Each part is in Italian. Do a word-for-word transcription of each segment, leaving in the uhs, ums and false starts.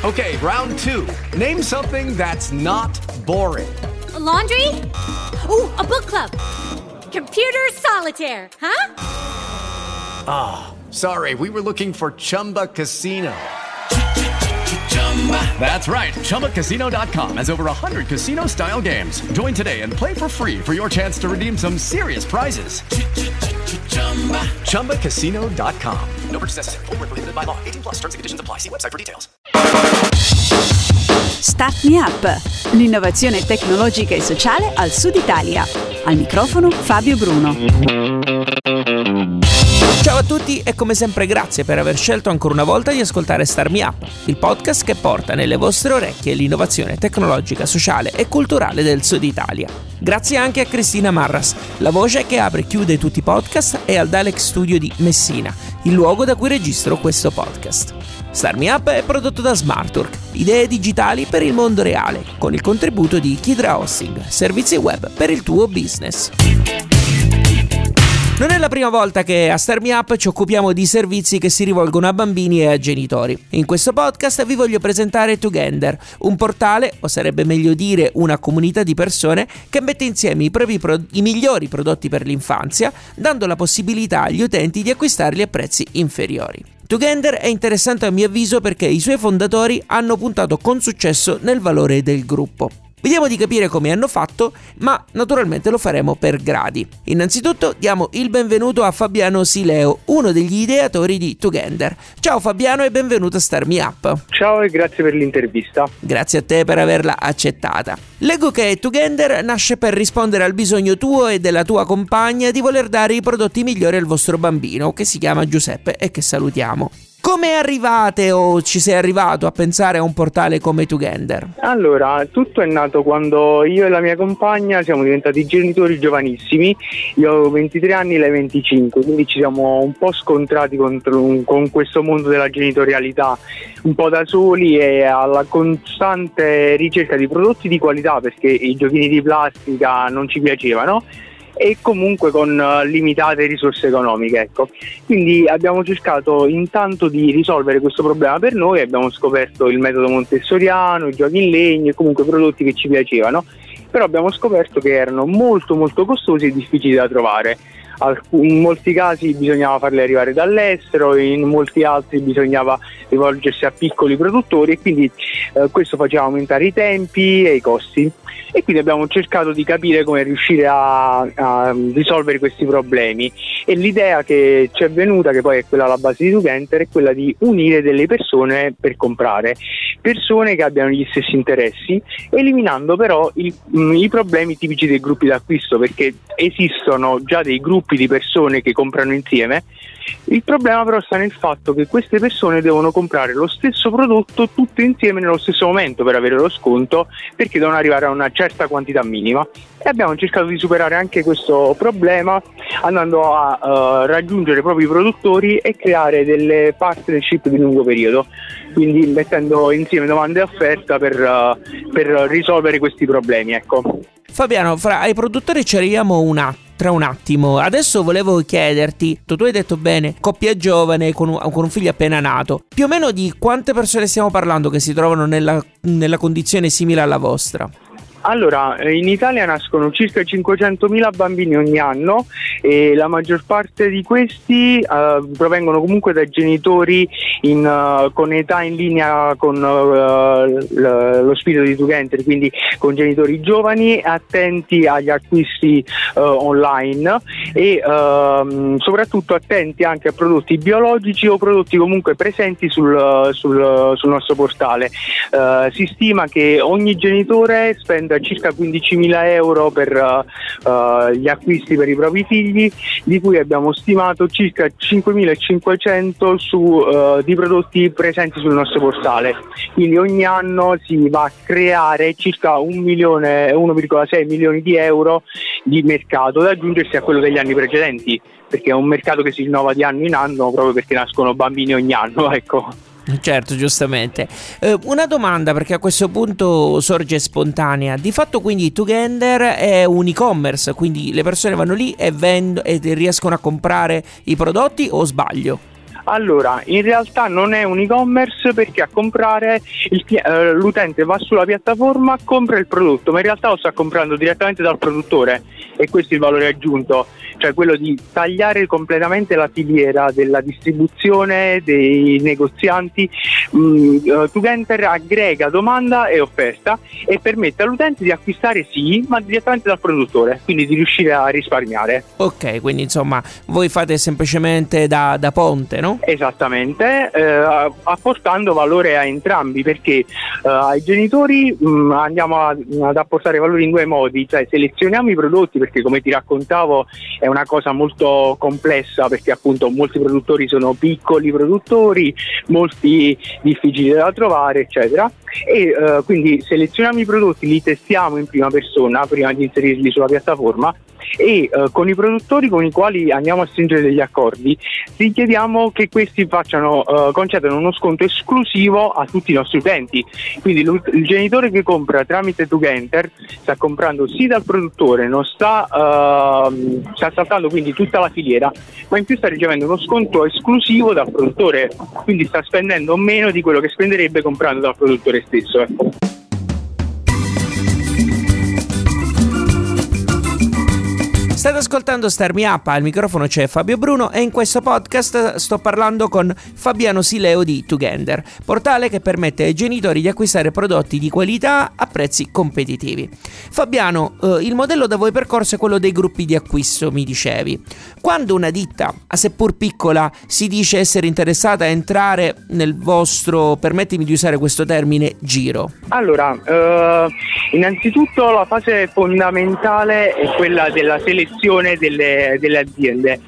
Okay, round two. Name something that's not boring. A laundry? Ooh, a book club. Computer solitaire, huh? Ah, oh, sorry, we were looking for Chumba Casino. That's right, Chumba Casino dot com has over one hundred casino-style games. Join today and play for free for your chance to redeem some serious prizes. Chumba Casino dot com. No purchase necessary. Void where prohibited by law. eighteen plus terms and conditions apply. See website for details. Start Me Up, l'innovazione tecnologica e sociale al Sud Italia. Al microfono Fabio Bruno. Ciao a tutti e come sempre grazie per aver scelto ancora una volta di ascoltare Start Me Up, il podcast che porta nelle vostre orecchie l'innovazione tecnologica, sociale e culturale del Sud Italia. Grazie anche a Cristina Marras, la voce che apre e chiude tutti i podcast, e al Dalek Studio di Messina, il luogo da cui registro questo podcast. Start Me Up è prodotto da Smartwork, idee digitali per il mondo reale, con il contributo di Kidra Hosting, servizi web per il tuo business. Non è la prima volta che a Start Me Up ci occupiamo di servizi che si rivolgono a bambini e a genitori. In questo podcast vi voglio presentare Together, un portale, o sarebbe meglio dire una comunità di persone, che mette insieme i, propri pro- i migliori prodotti per l'infanzia, dando la possibilità agli utenti di acquistarli a prezzi inferiori. Together è interessante a mio avviso perché i suoi fondatori hanno puntato con successo nel valore del gruppo. Vediamo di capire come hanno fatto, ma naturalmente lo faremo per gradi. Innanzitutto diamo il benvenuto a Fabiano Sileo, uno degli ideatori di Together. Ciao Fabiano e benvenuto a Start Me Up. Ciao e grazie per l'intervista. Grazie a te per averla accettata. Leggo che Together nasce per rispondere al bisogno tuo e della tua compagna di voler dare i prodotti migliori al vostro bambino, che si chiama Giuseppe e che salutiamo. Come arrivate o ci sei arrivato a pensare a un portale come Together? Allora, tutto è nato quando io e la mia compagna siamo diventati genitori giovanissimi. Io avevo ventitré anni e lei venticinque, quindi ci siamo un po' scontrati contro, con questo mondo della genitorialità, un po' da soli e alla costante ricerca di prodotti di qualità, perché i giochini di plastica non ci piacevano e comunque con uh, limitate risorse economiche, ecco. Quindi abbiamo cercato intanto di risolvere questo problema per noi, abbiamo scoperto il metodo montessoriano, i giochi in legno e comunque prodotti che ci piacevano, però abbiamo scoperto che erano molto molto costosi e difficili da trovare. In molti casi bisognava farli arrivare dall'estero, in molti altri bisognava rivolgersi a piccoli produttori e quindi eh, questo faceva aumentare i tempi e i costi. E quindi abbiamo cercato di capire come riuscire a, a risolvere questi problemi, e l'idea che ci è venuta, che poi è quella alla base di Together, è quella di unire delle persone per comprare, persone che abbiano gli stessi interessi, eliminando però i, i problemi tipici dei gruppi d'acquisto, perché esistono già dei gruppi di persone che comprano insieme. Il problema però sta nel fatto che queste persone devono comprare lo stesso prodotto tutte insieme nello stesso momento per avere lo sconto, perché devono arrivare a una certa quantità minima, e abbiamo cercato di superare anche questo problema andando a uh, raggiungere i propri produttori e creare delle partnership di lungo periodo, quindi mettendo insieme domanda e offerta per, uh, per risolvere questi problemi, ecco. Fabiano, fra ai produttori ci arriviamo un attimo. Tra un attimo, adesso volevo chiederti, tu hai detto bene, coppia giovane con un, con un figlio appena nato, più o meno di quante persone stiamo parlando che si trovano nella, nella condizione simile alla vostra? Allora, in Italia nascono circa cinquecentomila bambini ogni anno e la maggior parte di questi uh, provengono comunque da genitori in, uh, con età in linea con uh, l- lo spirito di Together, quindi con genitori giovani, attenti agli acquisti uh, online e uh, soprattutto attenti anche a prodotti biologici o prodotti comunque presenti sul, sul, sul nostro portale. Uh, si stima che ogni genitore spende circa quindicimila euro per uh, uh, gli acquisti per i propri figli, di cui abbiamo stimato circa cinquemilacinquecento su, uh, di prodotti presenti sul nostro portale. Quindi ogni anno si va a creare circa un milione, uno virgola sei milioni di euro di mercato, da aggiungersi a quello degli anni precedenti, perché è un mercato che si rinnova di anno in anno proprio perché nascono bambini ogni anno, ecco. Certo, giustamente. Eh, una domanda, perché a questo punto sorge spontanea. Di fatto quindi Together è un e-commerce, quindi le persone vanno lì e, vend- e riescono a comprare i prodotti, o sbaglio? Allora, in realtà non è un e-commerce, perché a comprare il, eh, l'utente va sulla piattaforma, compra il prodotto, ma in realtà lo sta comprando direttamente dal produttore, e questo è il valore aggiunto, cioè quello di tagliare completamente la filiera della distribuzione, dei negozianti. mm, uh, Tugenter aggrega domanda e offerta e permette all'utente di acquistare sì, ma direttamente dal produttore, quindi di riuscire a risparmiare. Ok, quindi insomma voi fate semplicemente da, da ponte, no? Esattamente, eh, apportando valore a entrambi, perché eh, ai genitori mh, andiamo a, ad apportare valore in due modi, cioè selezioniamo i prodotti, perché come ti raccontavo è una cosa molto complessa, perché appunto molti produttori sono piccoli produttori, molti difficili da trovare, eccetera, e eh, quindi selezioniamo i prodotti, li testiamo in prima persona prima di inserirli sulla piattaforma, e eh, con i produttori con i quali andiamo a stringere degli accordi richiediamo che questi facciano eh, concedano uno sconto esclusivo a tutti i nostri utenti. Quindi il genitore che compra tramite Tugenter sta comprando sì dal produttore, non sta eh, sta saltando quindi tutta la filiera, ma in più sta ricevendo uno sconto esclusivo dal produttore, quindi sta spendendo meno di quello che spenderebbe comprando dal produttore stesso, ecco. State ascoltando Start Me Up, al microfono c'è Fabio Bruno e in questo podcast sto parlando con Fabiano Sileo di Tugender, portale che permette ai genitori di acquistare prodotti di qualità a prezzi competitivi. Fabiano, eh, il modello da voi percorso è quello dei gruppi di acquisto, mi dicevi. Quando una ditta, a seppur piccola, si dice essere interessata a entrare nel vostro, permettimi di usare questo termine, giro? Allora, eh, innanzitutto la fase fondamentale è quella della selezione Delle, delle aziende,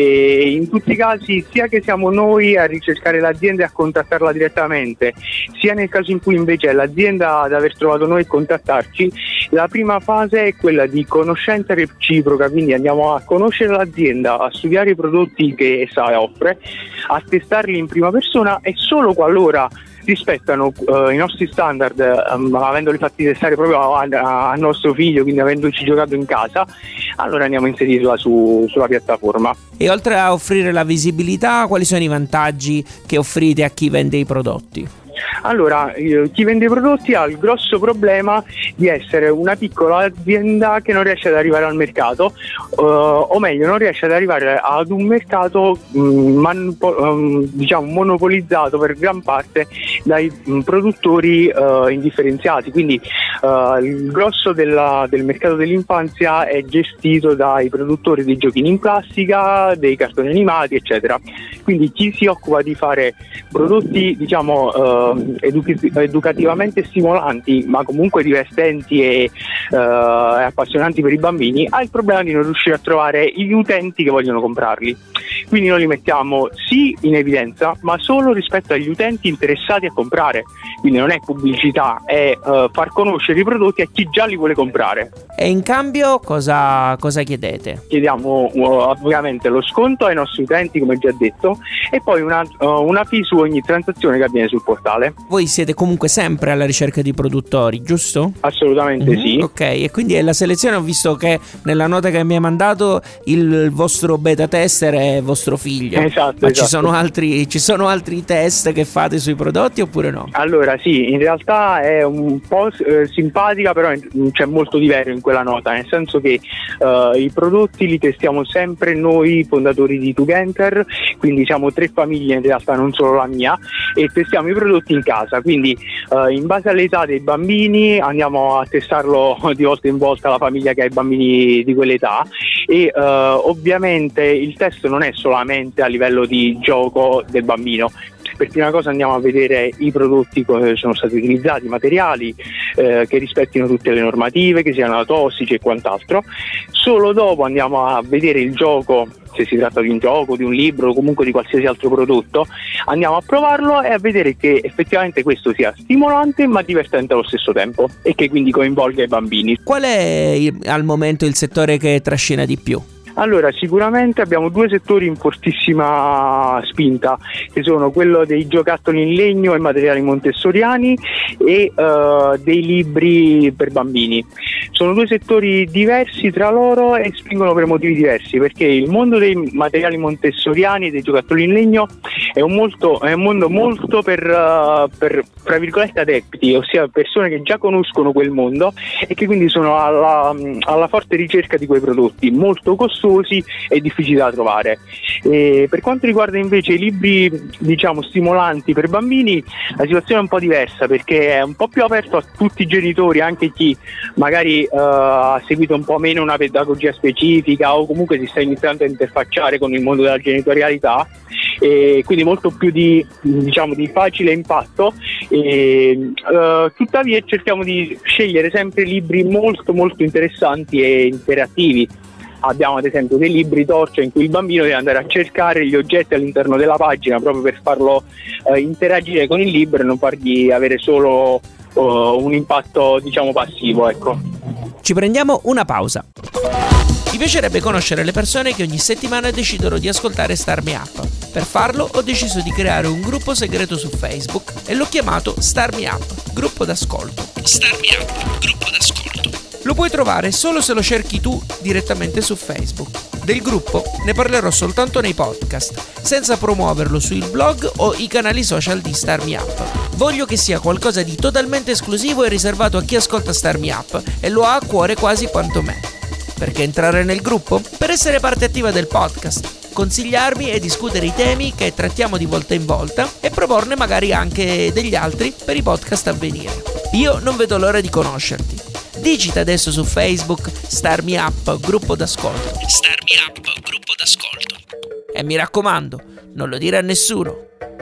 e in tutti i casi sia che siamo noi a ricercare l'azienda e a contattarla direttamente, sia nel caso in cui invece è l'azienda ad aver trovato noi e contattarci, la prima fase è quella di conoscenza reciproca, quindi andiamo a conoscere l'azienda, a studiare i prodotti che essa offre, a testarli in prima persona, e solo qualora rispettano uh, i nostri standard, um, avendoli fatti testare proprio a, a, a nostro figlio, quindi avendoci giocato in casa, allora andiamo a inserirla su, sulla piattaforma. E oltre a offrire la visibilità, quali sono i vantaggi che offrite a chi vende i prodotti? Allora, eh, chi vende i prodotti ha il grosso problema di essere una piccola azienda che non riesce ad arrivare al mercato, uh, o meglio non riesce ad arrivare ad un mercato um, man, um, diciamo monopolizzato per gran parte dai um, produttori uh, indifferenziati, quindi uh, il grosso della, del mercato dell'infanzia è gestito dai produttori dei giochini in plastica, dei cartoni animati, eccetera. Quindi chi si occupa di fare prodotti, diciamo, uh, Educ- educativamente stimolanti, ma comunque divertenti e uh, appassionanti per i bambini, ha il problema di non riuscire a trovare gli utenti che vogliono comprarli. Quindi noi li mettiamo sì in evidenza, ma solo rispetto agli utenti interessati a comprare. Quindi non è pubblicità, è uh, far conoscere i prodotti a chi già li vuole comprare. E in cambio cosa, cosa chiedete? Chiediamo uh, ovviamente lo sconto ai nostri utenti, come già detto, e poi una, uh, una fee su ogni transazione che avviene sul portale. Voi siete comunque sempre alla ricerca di produttori, giusto? Assolutamente mm-hmm. sì. Ok, e quindi è la selezione, ho visto che nella nota che mi hai mandato il vostro beta tester è vostro figlio. Esatto. Ma esatto. Ci sono altri, ci sono altri test che fate sui prodotti oppure no? Allora sì, in realtà è un po' eh, simpatica, però c'è molto di vero in quella nota, nel senso che uh, i prodotti li testiamo sempre noi fondatori di Tugenter, quindi siamo tre famiglie in realtà, non solo la mia, e testiamo i prodotti in casa, quindi uh, in base all'età dei bambini andiamo a testarlo di volta in volta la famiglia che ha i bambini di quell'età, e uh, ovviamente il test non è solamente a livello di gioco del bambino. Per prima cosa andiamo a vedere i prodotti che sono stati utilizzati, i materiali, eh, che rispettino tutte le normative, che siano tossici e quant'altro. Solo dopo andiamo a vedere il gioco, se si tratta di un gioco, di un libro o comunque di qualsiasi altro prodotto, andiamo a provarlo e a vedere che effettivamente questo sia stimolante ma divertente allo stesso tempo, e che quindi coinvolga i bambini. Qual è al momento il settore che trascina di più? Allora, sicuramente abbiamo due settori in fortissima spinta, che sono quello dei giocattoli in legno e materiali montessoriani e uh, dei libri per bambini. Sono due settori diversi tra loro e spingono per motivi diversi, perché il mondo dei materiali montessoriani e dei giocattoli in legno è un, molto, è un mondo molto per, uh, per, tra virgolette, adepti, ossia persone che già conoscono quel mondo e che quindi sono alla, alla forte ricerca di quei prodotti, molto costosi e difficili da trovare. E per quanto riguarda invece i libri, diciamo, stimolanti per bambini, la situazione è un po' diversa, perché è un po' più aperto a tutti i genitori, anche chi magari uh, ha seguito un po' meno una pedagogia specifica o comunque si sta iniziando a interfacciare con il mondo della genitorialità, e quindi molto più di, diciamo, di facile impatto. E, uh, tuttavia cerchiamo di scegliere sempre libri molto molto interessanti e interattivi. Abbiamo ad esempio dei libri torcia in cui il bambino deve andare a cercare gli oggetti all'interno della pagina proprio per farlo uh, interagire con il libro e non fargli avere solo uh, un impatto, diciamo, passivo, ecco. Ci prendiamo una pausa. Mi piacerebbe conoscere le persone che ogni settimana decidono di ascoltare Start Me Up. Per farlo ho deciso di creare un gruppo segreto su Facebook e l'ho chiamato Start Me Up, gruppo d'ascolto. Start Me Up, gruppo d'ascolto. Lo puoi trovare solo se lo cerchi tu direttamente su Facebook. Del gruppo ne parlerò soltanto nei podcast, senza promuoverlo sui blog o i canali social di Start Me Up. Voglio che sia qualcosa di totalmente esclusivo e riservato a chi ascolta Start Me Up e lo ha a cuore quasi quanto me. Perché entrare nel gruppo? Per essere parte attiva del podcast, consigliarmi e discutere i temi che trattiamo di volta in volta e proporne magari anche degli altri per i podcast a venire. Io non vedo l'ora di conoscerti. Digita adesso su Facebook Start Me Up, gruppo d'ascolto. Start Me Up, gruppo d'ascolto. E mi raccomando, non lo dire a nessuno.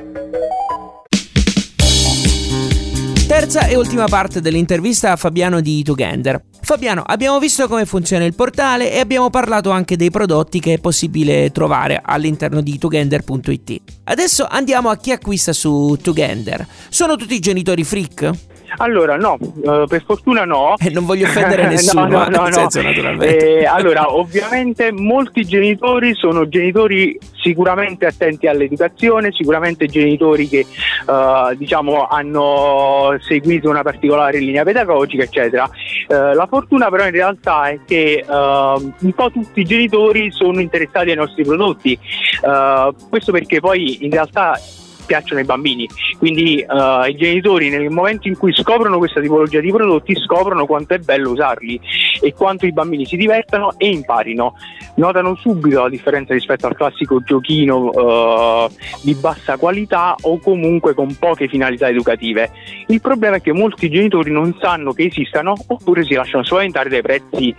Terza e ultima parte dell'intervista a Fabiano di Together. Fabiano, abbiamo visto come funziona il portale e abbiamo parlato anche dei prodotti che è possibile trovare all'interno di together punto it. Adesso andiamo a chi acquista su Together. Sono tutti genitori freak? Allora no, uh, per fortuna no. E eh, non voglio offendere nessuno, no, no, no, nel no. senso, naturalmente. Eh, allora, ovviamente molti genitori sono genitori sicuramente attenti all'educazione, sicuramente genitori che uh, diciamo hanno seguito una particolare linea pedagogica, eccetera. Uh, la fortuna però in realtà è che uh, un po' tutti i genitori sono interessati ai nostri prodotti. Uh, questo perché poi in realtà piacciono ai bambini, quindi uh, i genitori nel momento in cui scoprono questa tipologia di prodotti scoprono quanto è bello usarli e quanto i bambini si divertano e imparino, notano subito la differenza rispetto al classico giochino uh, di bassa qualità o comunque con poche finalità educative. Il problema è che molti genitori non sanno che esistano oppure si lasciano spaventare dai prezzi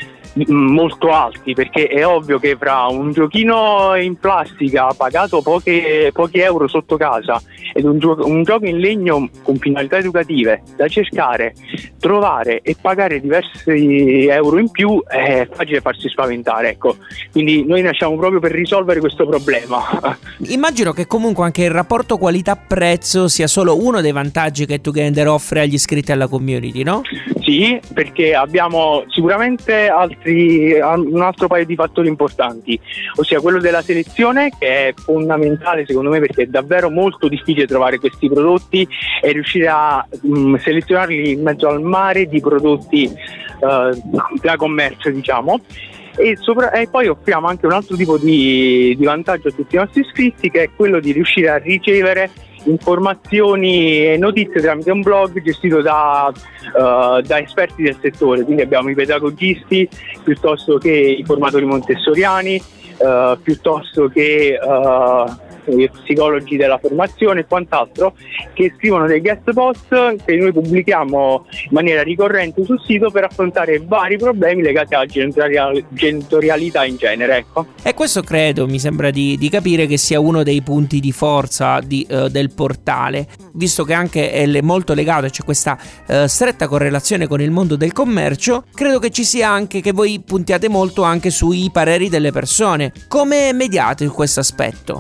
molto alti, perché è ovvio che fra un giochino in plastica pagato poche, pochi euro sotto casa ed un, gio- un gioco in legno con finalità educative da cercare, trovare e pagare diversi euro in più è facile farsi spaventare, ecco. Quindi noi nasciamo proprio per risolvere questo problema. Immagino che comunque anche il rapporto qualità-prezzo sia solo uno dei vantaggi che Together offre agli iscritti alla community, no? Sì, perché abbiamo sicuramente altri, un altro paio di fattori importanti, ossia quello della selezione, che è fondamentale secondo me, perché è davvero molto difficile trovare questi prodotti e riuscire a mh, selezionarli in mezzo al mare di prodotti uh, da commercio, diciamo. E, sopra, e poi offriamo anche un altro tipo di, di vantaggio a tutti i nostri iscritti, che è quello di riuscire a ricevere informazioni e notizie tramite un blog gestito da, uh, da esperti del settore. Quindi abbiamo i pedagogisti piuttosto che i formatori montessoriani, uh, piuttosto che uh, i psicologi della formazione e quant'altro, che scrivono dei guest post che noi pubblichiamo in maniera ricorrente sul sito per affrontare vari problemi legati alla genitorial- genitorialità in genere, ecco. E questo credo, mi sembra di, di capire, che sia uno dei punti di forza di, uh, del portale, visto che anche è molto legato, c'è questa uh, stretta correlazione con il mondo del commercio. Credo che ci sia anche che voi puntiate molto anche sui pareri delle persone. Come mediate questo aspetto?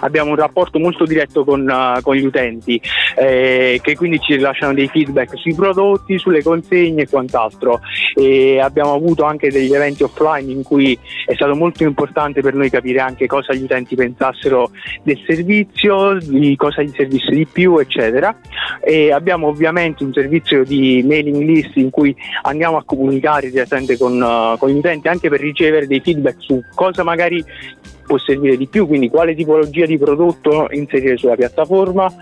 abbiamo un rapporto molto diretto con, uh, con gli utenti, eh, che quindi ci rilasciano dei feedback sui prodotti, sulle consegne e quant'altro, e abbiamo avuto anche degli eventi offline in cui è stato molto importante per noi capire anche cosa gli utenti pensassero del servizio, di cosa gli servisse di più, eccetera. E abbiamo ovviamente un servizio di mailing list in cui andiamo a comunicare direttamente con, uh, con gli utenti, anche per ricevere dei feedback su cosa magari può servire di più, quindi quale tipologia di prodotto inserire sulla piattaforma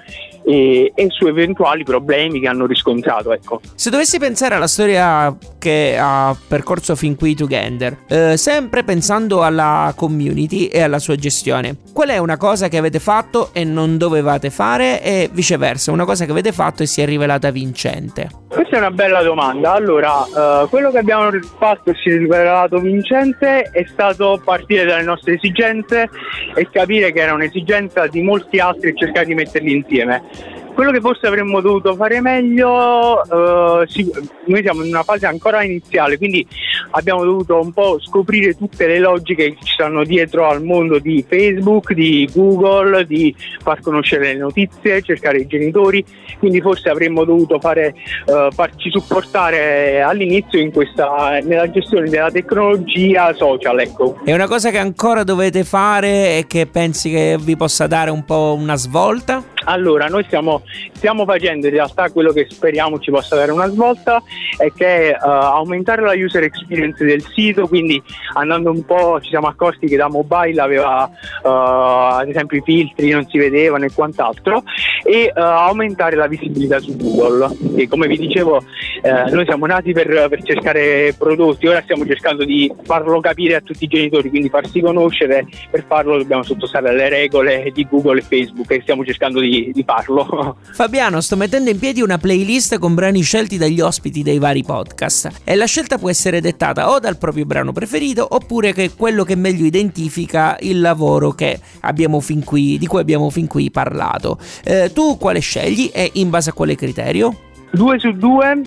e, e su eventuali problemi che hanno riscontrato, ecco. Se dovessi pensare alla storia che ha percorso fin qui Together, eh, sempre pensando alla community e alla sua gestione, qual è una cosa che avete fatto e non dovevate fare, e viceversa una cosa che avete fatto e si è rivelata vincente? Questa è una bella domanda. Allora, uh, quello che abbiamo fatto e si è rivelato vincente è stato partire dalle nostre esigenze e capire che era un'esigenza di molti altri e cercare di metterli insieme. Quello che forse avremmo dovuto fare meglio, uh, sì, noi siamo in una fase ancora iniziale, quindi abbiamo dovuto un po' scoprire tutte le logiche che ci stanno dietro al mondo di Facebook, di Google, di far conoscere le notizie, cercare i genitori, quindi forse avremmo dovuto fare, uh, farci supportare all'inizio in questa, nella gestione della tecnologia social, ecco. È una cosa che ancora dovete fare e che pensi che vi possa dare un po' una svolta? Allora, noi stiamo, stiamo facendo in realtà quello che speriamo ci possa dare una svolta, è che uh, aumentare la user experience del sito, quindi andando un po', ci siamo accorti che da mobile aveva uh, ad esempio i filtri non si vedevano e quant'altro, e uh, aumentare la visibilità su Google. E come vi dicevo, uh, noi siamo nati per, per cercare prodotti, ora stiamo cercando di farlo capire a tutti i genitori, quindi farsi conoscere. Per farlo dobbiamo sottostare alle regole di Google e Facebook, e stiamo cercando di di farlo. Fabiano, sto mettendo in piedi una playlist con brani scelti dagli ospiti dei vari podcast, e la scelta può essere dettata o dal proprio brano preferito, oppure che quello che meglio identifica il lavoro che abbiamo fin qui, di cui abbiamo fin qui parlato. Eh, tu quale scegli e in base a quale criterio? Due su due.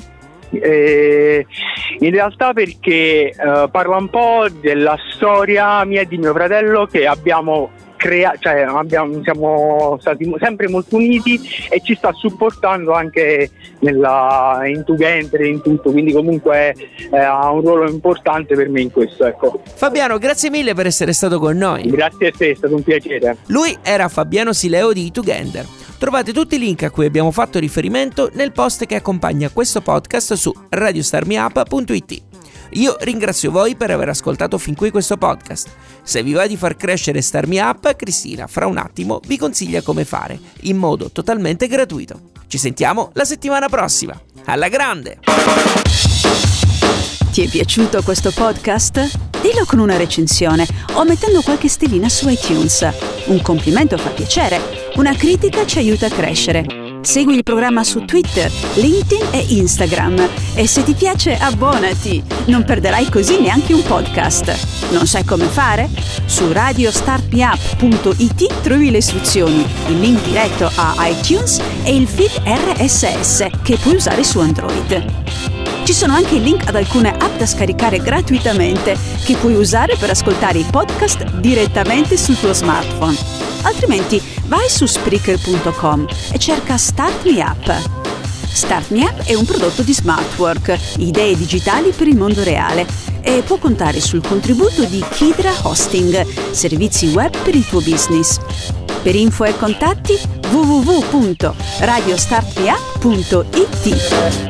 Eh, in realtà perché eh, parla un po' della storia mia e di mio fratello, che abbiamo Crea- cioè abbiamo, siamo stati sempre molto uniti, e ci sta supportando anche nella, in Together e in tutto, quindi comunque eh, ha un ruolo importante per me in questo, ecco. Fabiano, grazie mille per essere stato con noi. Grazie a te, è stato un piacere. Lui era Fabiano Sileo di Together. Trovate tutti i link a cui abbiamo fatto riferimento nel post che accompagna questo podcast su radio star me up punto it. Io ringrazio voi per aver ascoltato fin qui questo podcast. Se vi va di far crescere Star Me Up, Cristina fra un attimo vi consiglia come fare, in modo totalmente gratuito. Ci sentiamo la settimana prossima. Alla grande! Ti è piaciuto questo podcast? Dillo con una recensione o mettendo qualche stellina su iTunes. Un complimento fa piacere, una critica ci aiuta a crescere. Segui il programma su Twitter, LinkedIn e Instagram, e se ti piace abbonati, non perderai così neanche un podcast. Non sai come fare? Su radio start me up punto it trovi le istruzioni, il link diretto a iTunes e il feed R S S che puoi usare su Android. Ci sono anche i link ad alcune app da scaricare gratuitamente che puoi usare per ascoltare i podcast direttamente sul tuo smartphone. Altrimenti vai su Spreaker punto com e cerca Start Me Up. Start Me Up è un prodotto di Smartwork, idee digitali per il mondo reale, e può contare sul contributo di Kidra Hosting, servizi web per il tuo business. Per info e contatti w w w punto radio start me up punto it.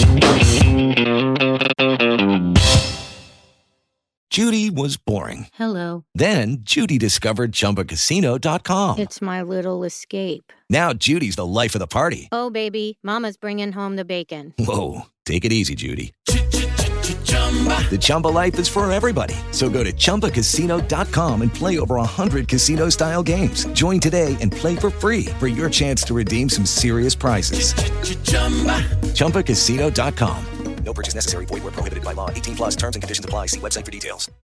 Judy was boring. Hello. Then Judy discovered chumba casino dot com. It's my little escape. Now Judy's the life of the party. Oh, baby, mama's bringing home the bacon. Whoa, take it easy, Judy. The Chumba life is for everybody. So go to chumba casino dot com and play over one hundred casino-style games. Join today and play for free for your chance to redeem some serious prizes. chumba casino dot com. No purchase necessary. Void where prohibited by law. eighteen plus terms and conditions apply. See website for details.